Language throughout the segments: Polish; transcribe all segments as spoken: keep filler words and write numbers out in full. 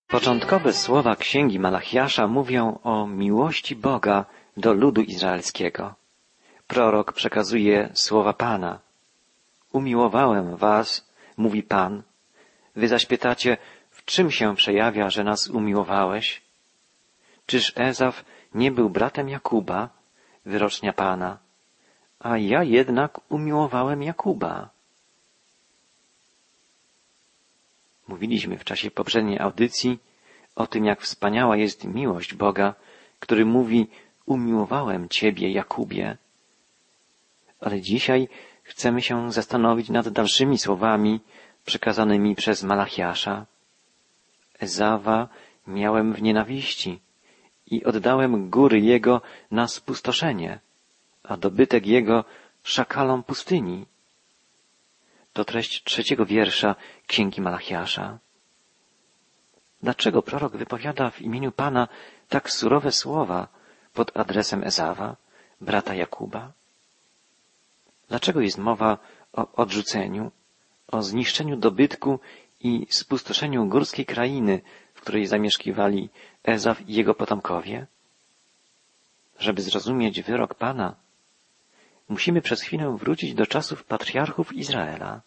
Początkowe słowa księgi Malachiasza mówią o miłości Boga do ludu izraelskiego. Prorok przekazuje słowa Pana. Umiłowałem was, mówi Pan. Wy zaś pytacie, w czym się przejawia, że nas umiłowałeś? Czyż Ezaf nie był bratem Jakuba, wyrocznia Pana, a ja jednak umiłowałem Jakuba. Mówiliśmy w czasie poprzedniej audycji o tym, jak wspaniała jest miłość Boga, który mówi, umiłowałem Ciebie, Jakubie. Ale dzisiaj chcemy się zastanowić nad dalszymi słowami przekazanymi przez Malachiasza. Ezawa miałem w nienawiści i oddałem góry jego na spustoszenie, a dobytek jego szakalom pustyni. To treść trzeciego wiersza księgi Malachiasza. Dlaczego prorok wypowiada w imieniu Pana tak surowe słowa pod adresem Ezawa, brata Jakuba? Dlaczego jest mowa o odrzuceniu, o zniszczeniu dobytku i spustoszeniu górskiej krainy, w której zamieszkiwali Ezaf i jego potomkowie? Żeby zrozumieć wyrok Pana, musimy przez chwilę wrócić do czasów patriarchów Izraela.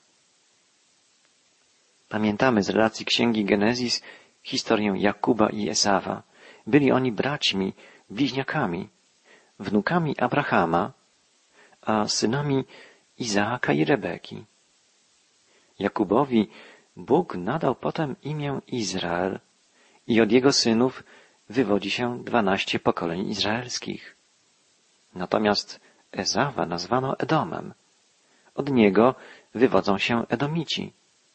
Pamiętamy z relacji księgi Genezis historię Jakuba i Esawa. Byli oni braćmi, bliźniakami, wnukami Abrahama, a synami Izaaka i Rebeki. Jakubowi Bóg nadał potem imię Izrael i od jego synów wywodzi się dwanaście pokoleń izraelskich. Natomiast Ezawa nazwano Edomem. Od niego wywodzą się Edomici.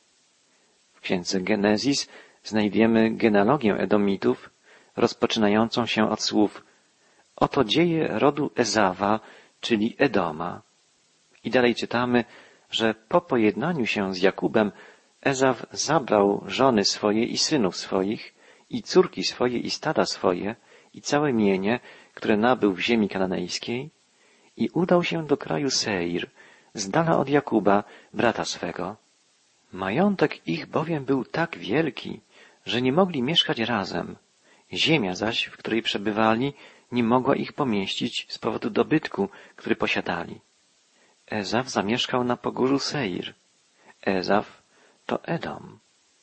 W księdze Genezis znajdziemy genealogię Edomitów, rozpoczynającą się od słów oto dzieje rodu Ezawa, czyli Edoma. I dalej czytamy, że po pojednaniu się z Jakubem Ezaw zabrał żony swoje i synów swoich, i córki swoje i stada swoje, i całe mienie, które nabył w ziemi kananejskiej, i udał się do kraju Seir, z dala od Jakuba, brata swego. Majątek ich bowiem był tak wielki, że nie mogli mieszkać razem. Ziemia zaś, w której przebywali, nie mogła ich pomieścić z powodu dobytku, który posiadali. Ezaf zamieszkał na pogórzu Seir. Ezaf to Edom.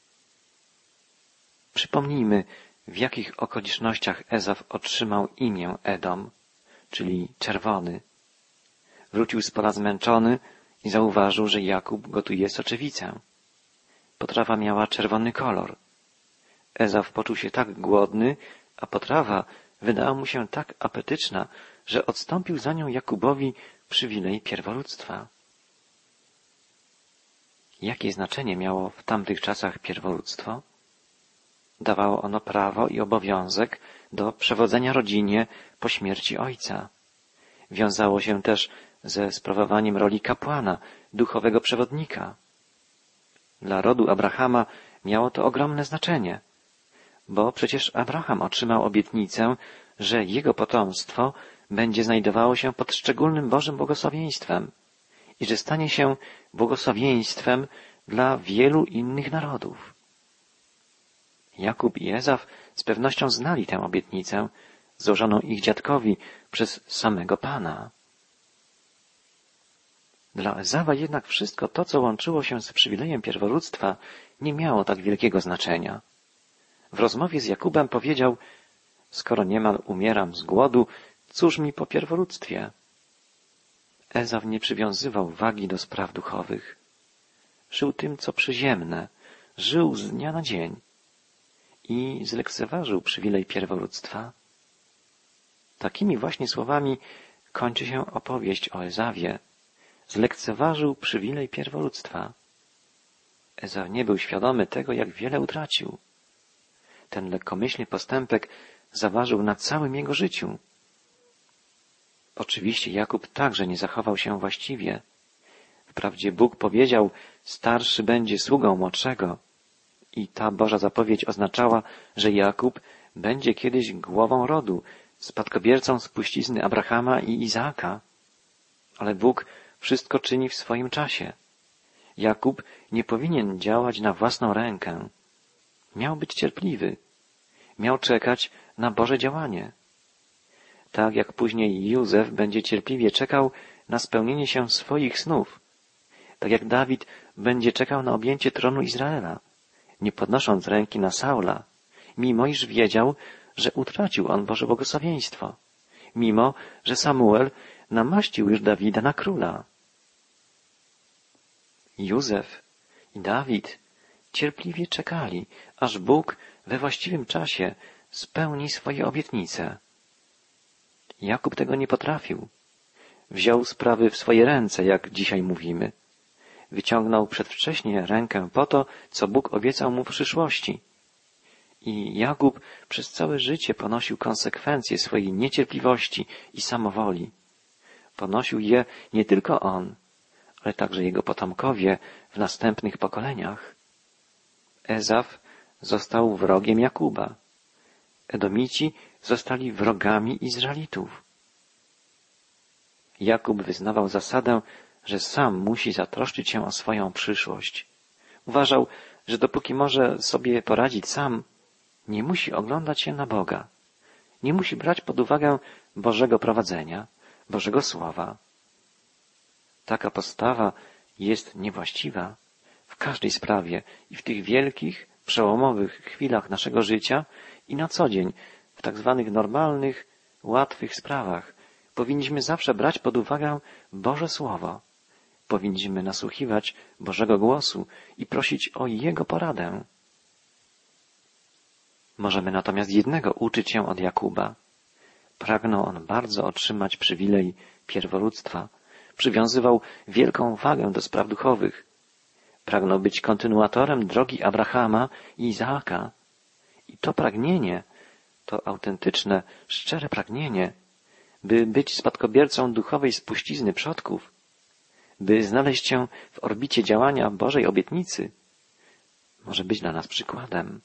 Przypomnijmy, w jakich okolicznościach Ezaf otrzymał imię Edom, czyli czerwony. Wrócił z pola zmęczony i zauważył, że Jakub gotuje soczewicę. Potrawa miała czerwony kolor. Ezaf poczuł się tak głodny, a potrawa wydała mu się tak apetyczna, że odstąpił za nią Jakubowi przywilej pierworództwa. Jakie znaczenie miało w tamtych czasach pierworództwo? Dawało ono prawo i obowiązek do przewodzenia rodzinie po śmierci ojca. Wiązało się też ze sprawowaniem roli kapłana, duchowego przewodnika. Dla rodu Abrahama miało to ogromne znaczenie, bo przecież Abraham otrzymał obietnicę, że jego potomstwo będzie znajdowało się pod szczególnym Bożym błogosławieństwem i że stanie się błogosławieństwem dla wielu innych narodów. Jakub i Ezaf z pewnością znali tę obietnicę, złożoną ich dziadkowi przez samego Pana. Dla Ezawa jednak wszystko to, co łączyło się z przywilejem pierworództwa, nie miało tak wielkiego znaczenia. W rozmowie z Jakubem powiedział, skoro niemal umieram z głodu, cóż mi po pierworództwie? Ezaw nie przywiązywał wagi do spraw duchowych. Żył tym, co przyziemne, żył z dnia na dzień i zlekceważył przywilej pierworództwa. Takimi właśnie słowami kończy się opowieść o Ezawie. Zlekceważył przywilej pierworództwa. Ezaw nie był świadomy tego, jak wiele utracił. Ten lekkomyślny postępek zaważył na całym jego życiu. Oczywiście Jakub także nie zachował się właściwie. Wprawdzie Bóg powiedział, starszy będzie sługą młodszego. I ta Boża zapowiedź oznaczała, że Jakub będzie kiedyś głową rodu, spadkobiercą spuścizny Abrahama i Izaaka. Ale Bóg wszystko czyni w swoim czasie. Jakub nie powinien działać na własną rękę. Miał być cierpliwy, Miał czekać na Boże działanie. Tak jak później Józef będzie cierpliwie czekał na spełnienie się swoich snów. Tak jak Dawid będzie czekał na objęcie tronu Izraela, nie podnosząc ręki na Saula, mimo iż wiedział, że utracił on Boże błogosławieństwo, mimo że Samuel namaścił już Dawida na króla. Józef i Dawid cierpliwie czekali, aż Bóg we właściwym czasie spełni swoje obietnice. Jakub tego nie potrafił. Wziął sprawy w swoje ręce, jak dzisiaj mówimy. Wyciągnął przedwcześnie rękę po to, co Bóg obiecał mu w przyszłości. I Jakub przez całe życie ponosił konsekwencje swojej niecierpliwości i samowoli. Ponosił je nie tylko on, ale także jego potomkowie w następnych pokoleniach. Ezaf został wrogiem Jakuba. Edomici zostali wrogami Izraelitów. Jakub wyznawał zasadę, że sam musi zatroszczyć się o swoją przyszłość. Uważał, że dopóki może sobie poradzić sam, nie musi oglądać się na Boga. Nie musi brać pod uwagę Bożego prowadzenia, Bożego Słowa. Taka postawa jest niewłaściwa w każdej sprawie i w tych wielkich, przełomowych chwilach naszego życia i na co dzień, w tak zwanych normalnych, łatwych sprawach. Powinniśmy zawsze brać pod uwagę Boże Słowo. Powinniśmy nasłuchiwać Bożego głosu i prosić o Jego poradę. Możemy natomiast jednego uczyć się od Jakuba. Pragnął on bardzo otrzymać przywilej pierworództwa. Przywiązywał wielką wagę do spraw duchowych. Pragnął być kontynuatorem drogi Abrahama i Izaaka. I to pragnienie, to autentyczne, szczere pragnienie, by być spadkobiercą duchowej spuścizny przodków, by znaleźć się w orbicie działania Bożej obietnicy, może być dla nas przykładem.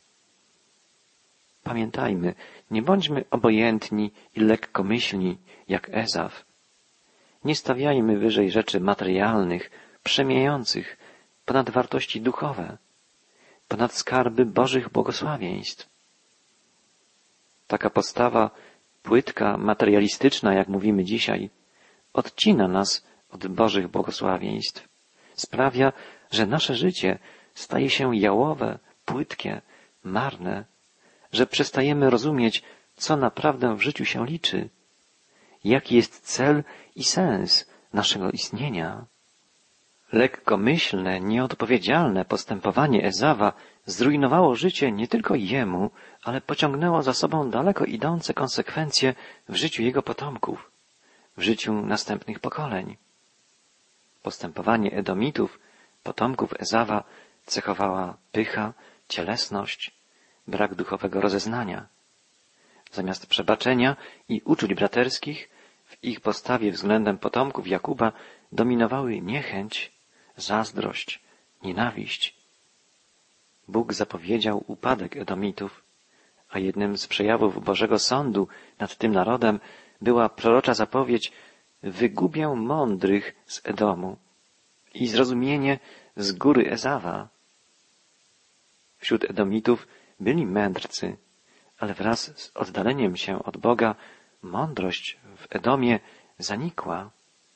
Pamiętajmy, nie bądźmy obojętni i lekkomyślni jak Ezaf. Nie stawiajmy wyżej rzeczy materialnych, przemijających, ponad wartości duchowe, ponad skarby Bożych błogosławieństw. Taka postawa płytka, materialistyczna, jak mówimy dzisiaj, odcina nas od Bożych błogosławieństw. Sprawia, że nasze życie staje się jałowe, płytkie, marne, że przestajemy rozumieć, co naprawdę w życiu się liczy, jaki jest cel i sens naszego istnienia. Lekkomyślne, nieodpowiedzialne postępowanie Ezawa zrujnowało życie nie tylko jemu, ale pociągnęło za sobą daleko idące konsekwencje w życiu jego potomków, w życiu następnych pokoleń. Postępowanie Edomitów, potomków Ezawa, cechowała pycha, cielesność, brak duchowego rozeznania. Zamiast przebaczenia i uczuć braterskich, w ich postawie względem potomków Jakuba dominowały niechęć, zazdrość, nienawiść. Bóg zapowiedział upadek Edomitów, a jednym z przejawów Bożego Sądu nad tym narodem była prorocza zapowiedź: wygubię mądrych z Edomu i zrozumienie z góry Ezawa. Wśród Edomitów byli mędrcy, ale wraz z oddaleniem się od Boga mądrość w Edomie zanikła.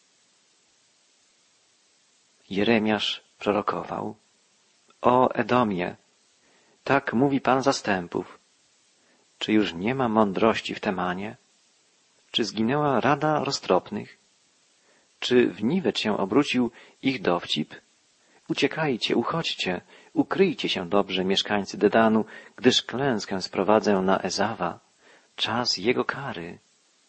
Jeremiasz prorokował: o Edomie, tak mówi Pan zastępów, czy już nie ma mądrości w Temanie? Czy zginęła rada roztropnych? Czy w niwecz się obrócił ich dowcip? Uciekajcie, uchodźcie, ukryjcie się dobrze, mieszkańcy Dedanu, gdyż klęskę sprowadzę na Ezawa, czas jego kary.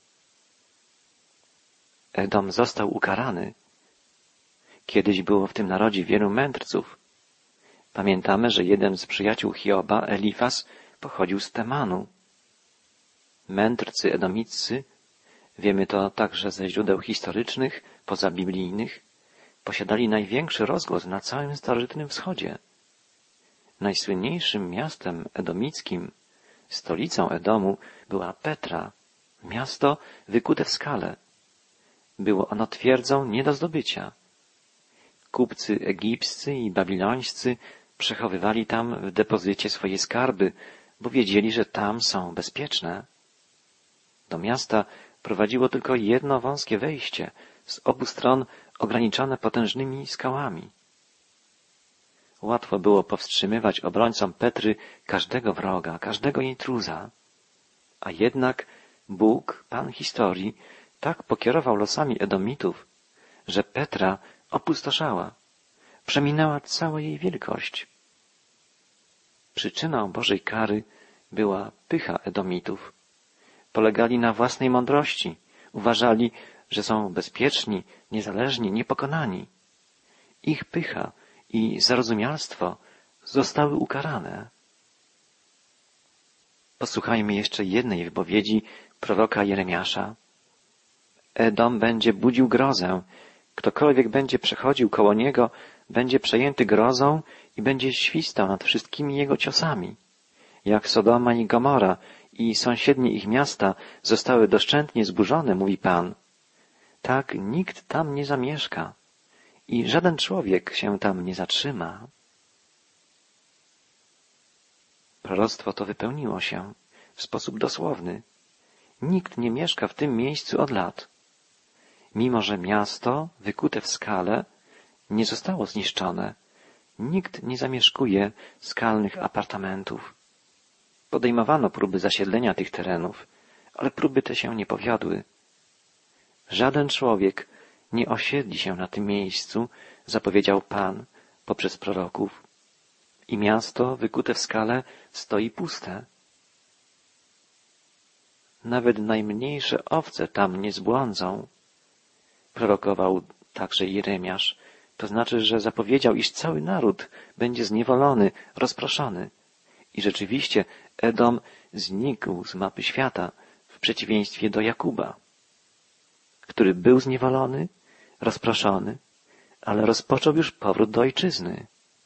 Edom został ukarany. Kiedyś było w tym narodzie wielu mędrców. Pamiętamy, że jeden z przyjaciół Hioba, Elifaz, pochodził z Temanu. Mędrcy edomiccy, wiemy to także ze źródeł historycznych, pozabiblijnych, posiadali największy rozgłos na całym starożytnym wschodzie. Najsłynniejszym miastem edomickim, stolicą Edomu, była Petra, miasto wykute w skale. Było ono twierdzą nie do zdobycia. Kupcy egipscy i babilońscy przechowywali tam w depozycie swoje skarby, bo wiedzieli, że tam są bezpieczne. Do miasta prowadziło tylko jedno wąskie wejście, z obu stron ograniczone potężnymi skałami. Łatwo było powstrzymywać obrońcom Petry każdego wroga, każdego intruza. A jednak Bóg, Pan historii, tak pokierował losami Edomitów, że Petra opustoszała, przeminęła cała jej wielkość. Przyczyną Bożej kary była pycha Edomitów. Polegali na własnej mądrości, uważali, że są bezpieczni, niezależni, niepokonani. Ich pycha i zarozumialstwo zostały ukarane. Posłuchajmy jeszcze jednej wypowiedzi proroka Jeremiasza. Edom będzie budził grozę. Ktokolwiek będzie przechodził koło niego, będzie przejęty grozą i będzie świstał nad wszystkimi jego ciosami. Jak Sodoma i Gomora i sąsiednie ich miasta zostały doszczętnie zburzone, mówi Pan, tak nikt tam nie zamieszka i żaden człowiek się tam nie zatrzyma. Proroctwo to wypełniło się w sposób dosłowny. Nikt nie mieszka w tym miejscu od lat. Mimo że miasto, wykute w skale, nie zostało zniszczone, nikt nie zamieszkuje skalnych apartamentów. Podejmowano próby zasiedlenia tych terenów, ale próby te się nie powiodły. Żaden człowiek nie osiedli się na tym miejscu, zapowiedział Pan poprzez proroków. I miasto, wykute w skale, stoi puste. Nawet najmniejsze owce tam nie zbłądzą. Prorokował także Jeremiasz, to znaczy, że zapowiedział, iż cały naród będzie zniewolony, rozproszony. I rzeczywiście Edom znikł z mapy świata w przeciwieństwie do Jakuba, który był zniewolony, rozproszony, ale rozpoczął już powrót do ojczyzny.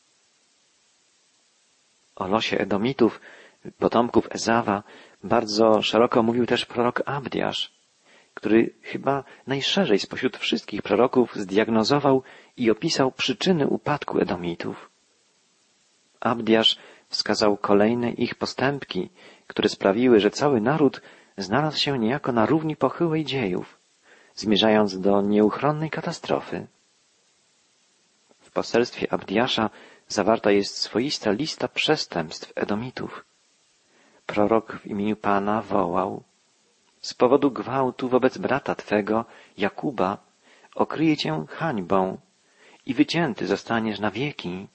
O losie Edomitów, potomków Ezawa, bardzo szeroko mówił też prorok Abdiasz, który chyba najszerzej spośród wszystkich proroków zdiagnozował i opisał przyczyny upadku Edomitów. Abdiasz wskazał kolejne ich postępki, które sprawiły, że cały naród znalazł się niejako na równi pochyłej dziejów, zmierzając do nieuchronnej katastrofy. W poselstwie Abdiasza zawarta jest swoista lista przestępstw Edomitów. Prorok w imieniu Pana wołał: z powodu gwałtu wobec brata Twego, Jakuba, okryje Cię hańbą i wycięty zostaniesz na wieki.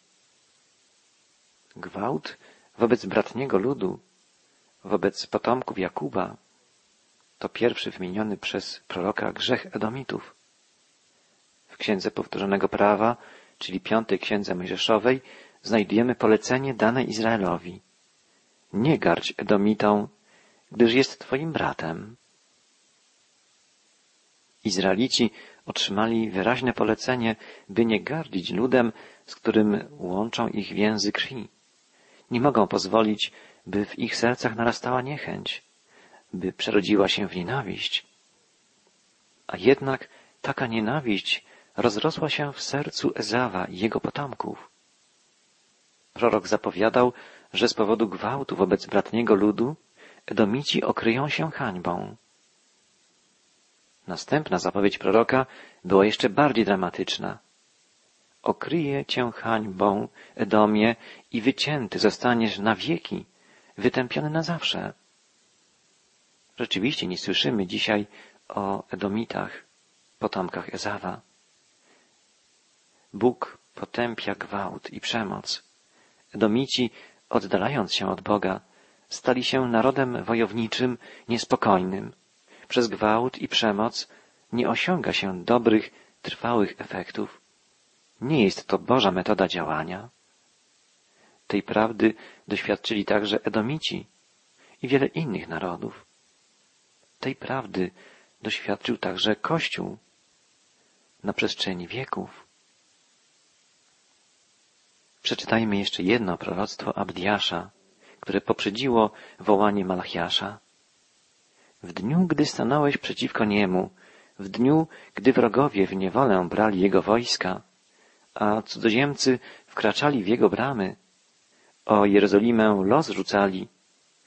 Gwałt wobec bratniego ludu, wobec potomków Jakuba, to pierwszy wymieniony przez proroka grzech Edomitów. W Księdze Powtórzonego Prawa, czyli piątej Księdze Mojżeszowej, znajdujemy polecenie dane Izraelowi. Nie gardź Edomitą, gdyż jest Twoim bratem. Izraelici otrzymali wyraźne polecenie, by nie gardzić ludem, z którym łączą ich więzy krwi. Nie mogą pozwolić, by w ich sercach narastała niechęć, by przerodziła się w nienawiść. A jednak taka nienawiść rozrosła się w sercu Ezawa i jego potomków. Prorok zapowiadał, że z powodu gwałtu wobec bratniego ludu Edomici okryją się hańbą. Następna zapowiedź proroka była jeszcze bardziej dramatyczna. Okryje cię hańbą, Edomie, i wycięty zostaniesz na wieki, wytępiony na zawsze. Rzeczywiście nie słyszymy dzisiaj o Edomitach, potomkach Ezawa. Bóg potępia gwałt i przemoc. Edomici, oddalając się od Boga, stali się narodem wojowniczym, niespokojnym. Przez gwałt i przemoc nie osiąga się dobrych, trwałych efektów. Nie jest to Boża metoda działania. Tej prawdy doświadczyli także Edomici i wiele innych narodów. Tej prawdy doświadczył także Kościół na przestrzeni wieków. Przeczytajmy jeszcze jedno proroctwo Abdiasza, które poprzedziło wołanie Malachiasza. W dniu, gdy stanąłeś przeciwko niemu, w dniu, gdy wrogowie w niewolę brali jego wojska, a cudzoziemcy wkraczali w jego bramy, o Jerozolimę los rzucali,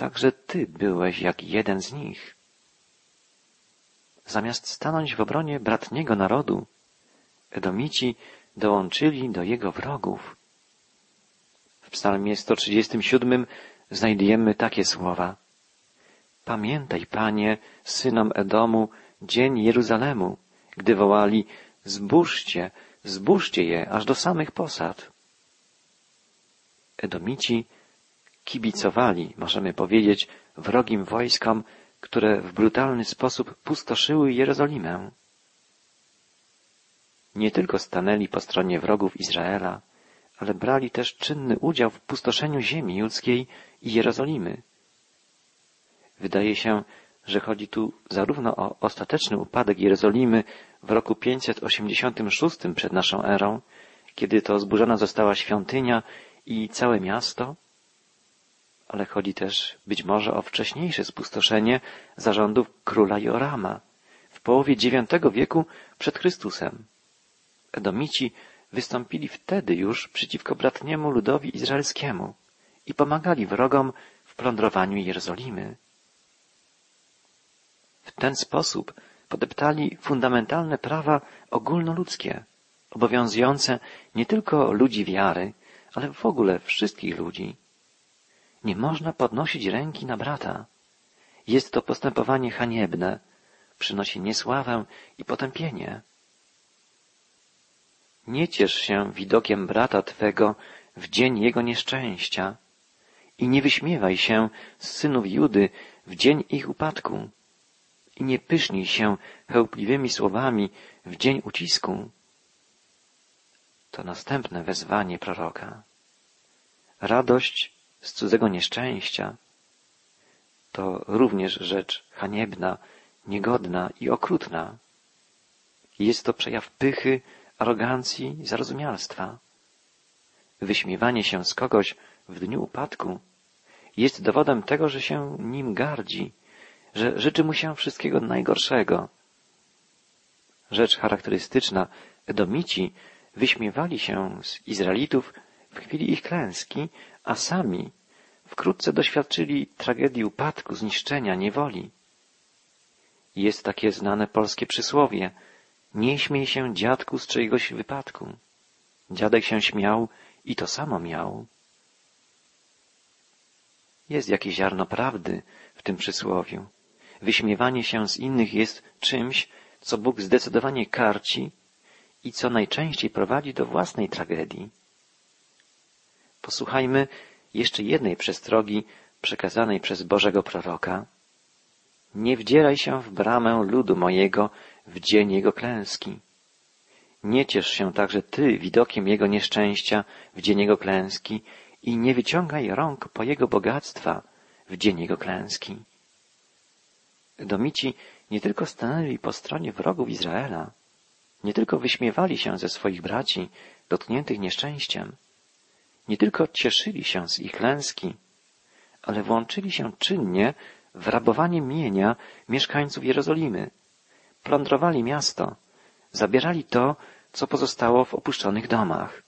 także ty byłeś jak jeden z nich. Zamiast stanąć w obronie bratniego narodu, Edomici dołączyli do jego wrogów. W psalmie sto trzydziestym siódmym znajdujemy takie słowa. Pamiętaj, Panie, synom Edomu, dzień Jeruzalemu, gdy wołali, zburzcie, zburzcie je aż do samych posad. Edomici kibicowali, możemy powiedzieć, wrogim wojskom, które w brutalny sposób pustoszyły Jerozolimę. Nie tylko stanęli po stronie wrogów Izraela, ale brali też czynny udział w pustoszeniu ziemi judzkiej i Jerozolimy. Wydaje się, że chodzi tu zarówno o ostateczny upadek Jerozolimy w roku pięćset osiemdziesiątym szóstym przed naszą erą, kiedy to zburzona została świątynia i całe miasto, ale chodzi też być może o wcześniejsze spustoszenie zarządów króla Jorama w połowie dziewiątego wieku przed Chrystusem. Edomici wystąpili wtedy już przeciwko bratniemu ludowi izraelskiemu i pomagali wrogom w plądrowaniu Jerozolimy. W ten sposób podeptali fundamentalne prawa ogólnoludzkie, obowiązujące nie tylko ludzi wiary, ale w ogóle wszystkich ludzi. Nie można podnosić ręki na brata. Jest to postępowanie haniebne, przynosi niesławę i potępienie. Nie ciesz się widokiem brata twego w dzień jego nieszczęścia i nie wyśmiewaj się z synów Judy w dzień ich upadku i nie pysznij się chełpliwymi słowami w dzień ucisku. To następne wezwanie proroka. Radość z cudzego nieszczęścia to również rzecz haniebna, niegodna i okrutna. Jest to przejaw pychy, arogancji i zarozumialstwa. Wyśmiewanie się z kogoś w dniu upadku jest dowodem tego, że się nim gardzi, że życzy mu się wszystkiego najgorszego. Rzecz charakterystyczna, Edomici wyśmiewali się z Izraelitów w chwili ich klęski, a sami wkrótce doświadczyli tragedii upadku, zniszczenia, niewoli. Jest takie znane polskie przysłowie: nie śmiej się, dziadku, z czyjegoś wypadku. Dziadek się śmiał i to samo miał. Jest jakieś ziarno prawdy w tym przysłowiu. Wyśmiewanie się z innych jest czymś, co Bóg zdecydowanie karci i co najczęściej prowadzi do własnej tragedii. Posłuchajmy jeszcze jednej przestrogi przekazanej przez Bożego proroka. Nie wdzieraj się w bramę ludu mojego w dzień jego klęski. Nie ciesz się także ty widokiem jego nieszczęścia w dzień jego klęski i nie wyciągaj rąk po jego bogactwa w dzień jego klęski. Edomici nie tylko stanęli po stronie wrogów Izraela, nie tylko wyśmiewali się ze swoich braci dotkniętych nieszczęściem, nie tylko cieszyli się z ich klęski, ale włączyli się czynnie w rabowanie mienia mieszkańców Jerozolimy, plądrowali miasto, zabierali to, co pozostało w opuszczonych domach.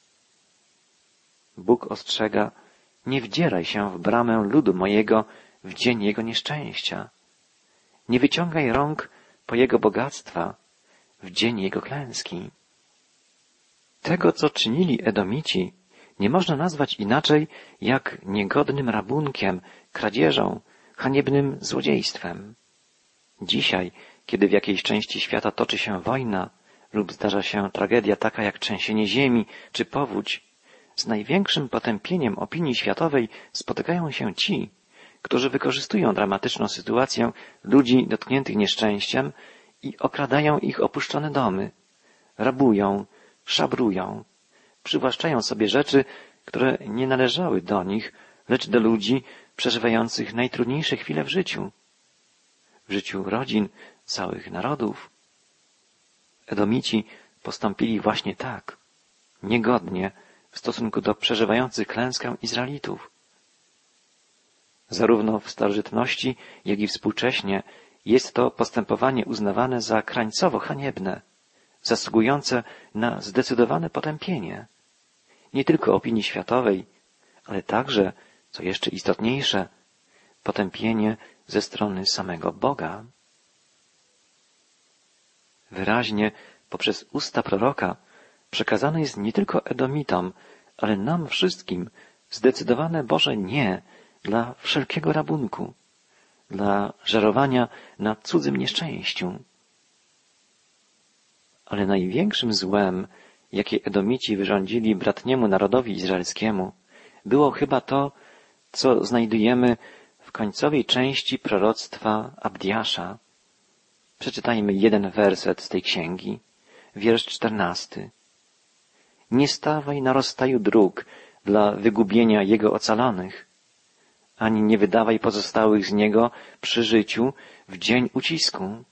Bóg ostrzega: nie wdzieraj się w bramę ludu mojego w dzień jego nieszczęścia. Nie wyciągaj rąk po jego bogactwa w dzień jego klęski. Tego, co czynili Edomici, nie można nazwać inaczej jak niegodnym rabunkiem, kradzieżą, haniebnym złodziejstwem. Dzisiaj, kiedy w jakiejś części świata toczy się wojna lub zdarza się tragedia taka jak trzęsienie ziemi czy powódź, z największym potępieniem opinii światowej spotykają się ci, którzy wykorzystują dramatyczną sytuację ludzi dotkniętych nieszczęściem i okradają ich opuszczone domy, rabują, szabrują, przywłaszczają sobie rzeczy, które nie należały do nich, lecz do ludzi przeżywających najtrudniejsze chwile w życiu, w życiu rodzin, całych narodów. Edomici postąpili właśnie tak, niegodnie w stosunku do przeżywających klęskę Izraelitów. Zarówno w starożytności, jak i współcześnie jest to postępowanie uznawane za krańcowo haniebne, zasługujące na zdecydowane potępienie. Nie tylko opinii światowej, ale także, co jeszcze istotniejsze, potępienie ze strony samego Boga. Wyraźnie poprzez usta proroka przekazane jest nie tylko Edomitom, ale nam wszystkim zdecydowane Boże nie dla wszelkiego rabunku, dla żerowania na cudzym nieszczęściu. Ale największym złem, jakie Edomici wyrządzili bratniemu narodowi izraelskiemu, było chyba to, co znajdujemy w końcowej części proroctwa Abdiasza. Przeczytajmy jeden werset z tej księgi, wiersz czternasty. Nie stawaj na rozstaju dróg dla wygubienia jego ocalonych, ani nie wydawaj pozostałych z niego przy życiu w dzień ucisku.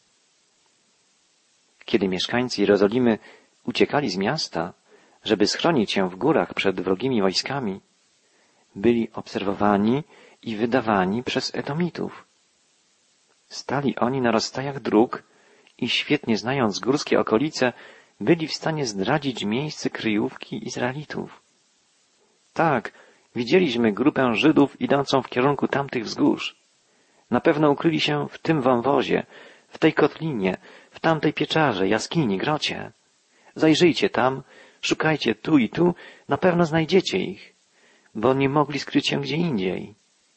Kiedy mieszkańcy Jerozolimy uciekali z miasta, żeby schronić się w górach przed wrogimi wojskami, byli obserwowani i wydawani przez Edomitów. Stali oni na rozstajach dróg i świetnie znając górskie okolice, byli w stanie zdradzić miejsce kryjówki Izraelitów. Tak, widzieliśmy grupę Żydów idącą w kierunku tamtych wzgórz. Na pewno ukryli się w tym wąwozie, w tej kotlinie, w tamtej pieczarze, jaskini, grocie. Zajrzyjcie tam, szukajcie tu i tu, na pewno znajdziecie ich, bo nie mogli skryć się gdzie indziej.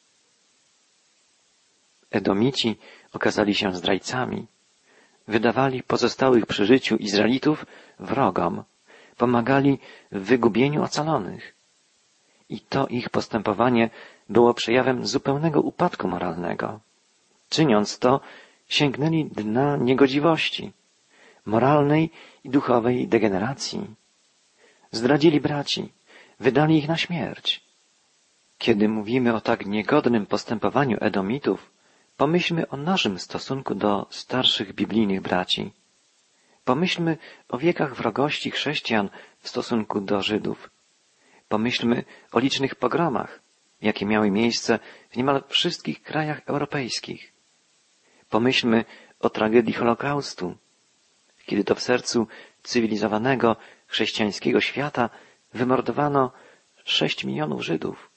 Edomici okazali się zdrajcami. Wydawali pozostałych przy życiu Izraelitów wrogom, pomagali w wygubieniu ocalonych. I to ich postępowanie było przejawem zupełnego upadku moralnego. Czyniąc to, sięgnęli dna niegodziwości, moralnej i duchowej degeneracji. Zdradzili braci, wydali ich na śmierć. Kiedy mówimy o tak niegodnym postępowaniu Edomitów, pomyślmy o naszym stosunku do starszych biblijnych braci. Pomyślmy o wiekach wrogości chrześcijan w stosunku do Żydów. Pomyślmy o licznych pogromach, jakie miały miejsce w niemal wszystkich krajach europejskich. Pomyślmy o tragedii Holokaustu, kiedy to w sercu cywilizowanego, chrześcijańskiego świata wymordowano sześć milionów Żydów.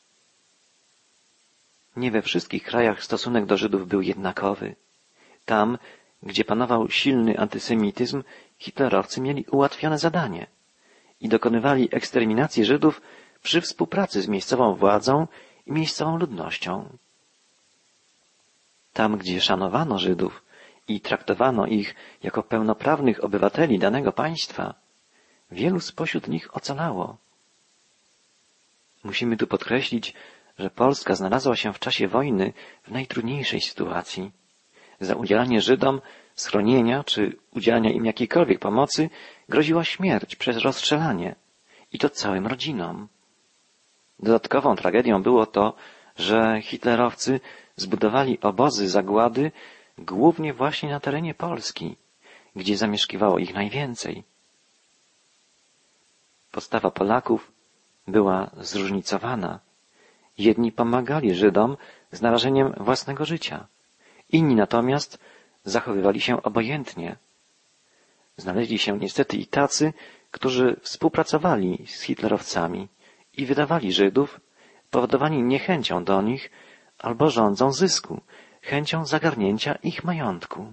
Nie we wszystkich krajach stosunek do Żydów był jednakowy. Tam, gdzie panował silny antysemityzm, hitlerowcy mieli ułatwione zadanie i dokonywali eksterminacji Żydów przy współpracy z miejscową władzą i miejscową ludnością. Tam, gdzie szanowano Żydów i traktowano ich jako pełnoprawnych obywateli danego państwa, wielu spośród nich ocalało. Musimy tu podkreślić, że Polska znalazła się w czasie wojny w najtrudniejszej sytuacji. Za udzielanie Żydom schronienia czy udzielania im jakiejkolwiek pomocy groziła śmierć przez rozstrzelanie i to całym rodzinom. Dodatkową tragedią było to, że hitlerowcy zbudowali obozy zagłady głównie właśnie na terenie Polski, gdzie zamieszkiwało ich najwięcej. Postawa Polaków była zróżnicowana. Jedni pomagali Żydom z narażeniem własnego życia, inni natomiast zachowywali się obojętnie. Znaleźli się niestety i tacy, którzy współpracowali z hitlerowcami i wydawali Żydów, powodowani niechęcią do nich albo żądzą zysku, chęcią zagarnięcia ich majątku.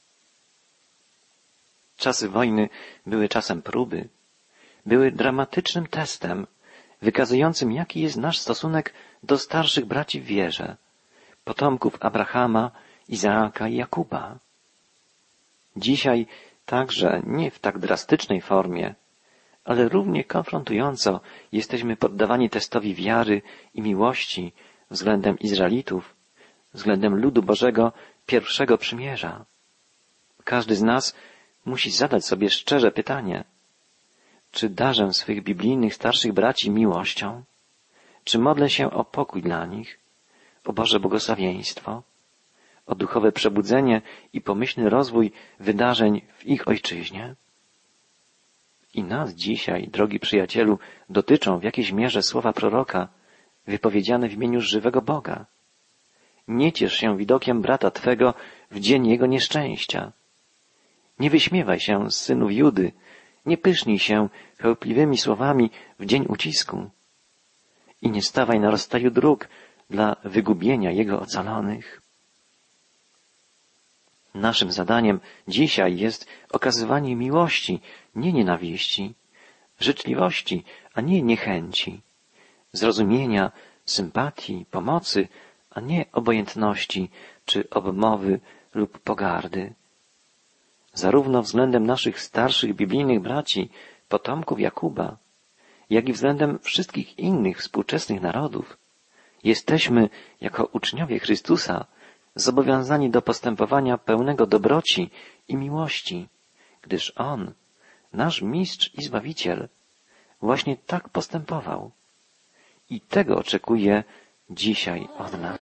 Czasy wojny były czasem próby, były dramatycznym testem, wykazującym, jaki jest nasz stosunek do starszych braci w wierze, potomków Abrahama, Izaaka i Jakuba. Dzisiaj także nie w tak drastycznej formie, ale równie konfrontująco jesteśmy poddawani testowi wiary i miłości względem Izraelitów, względem ludu Bożego pierwszego przymierza. Każdy z nas musi zadać sobie szczerze pytanie, czy darzę swych biblijnych starszych braci miłością? Czy modlę się o pokój dla nich, o Boże błogosławieństwo, o duchowe przebudzenie i pomyślny rozwój wydarzeń w ich ojczyźnie? I nas dzisiaj, drogi przyjacielu, dotyczą w jakiejś mierze słowa proroka, wypowiedziane w imieniu żywego Boga. Nie ciesz się widokiem brata twego w dzień jego nieszczęścia. Nie wyśmiewaj się z synów Judy, nie pysznij się chełpliwymi słowami w dzień ucisku. I nie stawaj na rozstaju dróg dla wygubienia Jego ocalonych. Naszym zadaniem dzisiaj jest okazywanie miłości, nie nienawiści, życzliwości, a nie niechęci, zrozumienia, sympatii, pomocy, a nie obojętności czy obmowy lub pogardy. Zarówno względem naszych starszych biblijnych braci, potomków Jakuba, jak i względem wszystkich innych współczesnych narodów, jesteśmy, jako uczniowie Chrystusa, zobowiązani do postępowania pełnego dobroci i miłości, gdyż On, nasz Mistrz i Zbawiciel, właśnie tak postępował. I tego oczekuje dzisiaj od nas.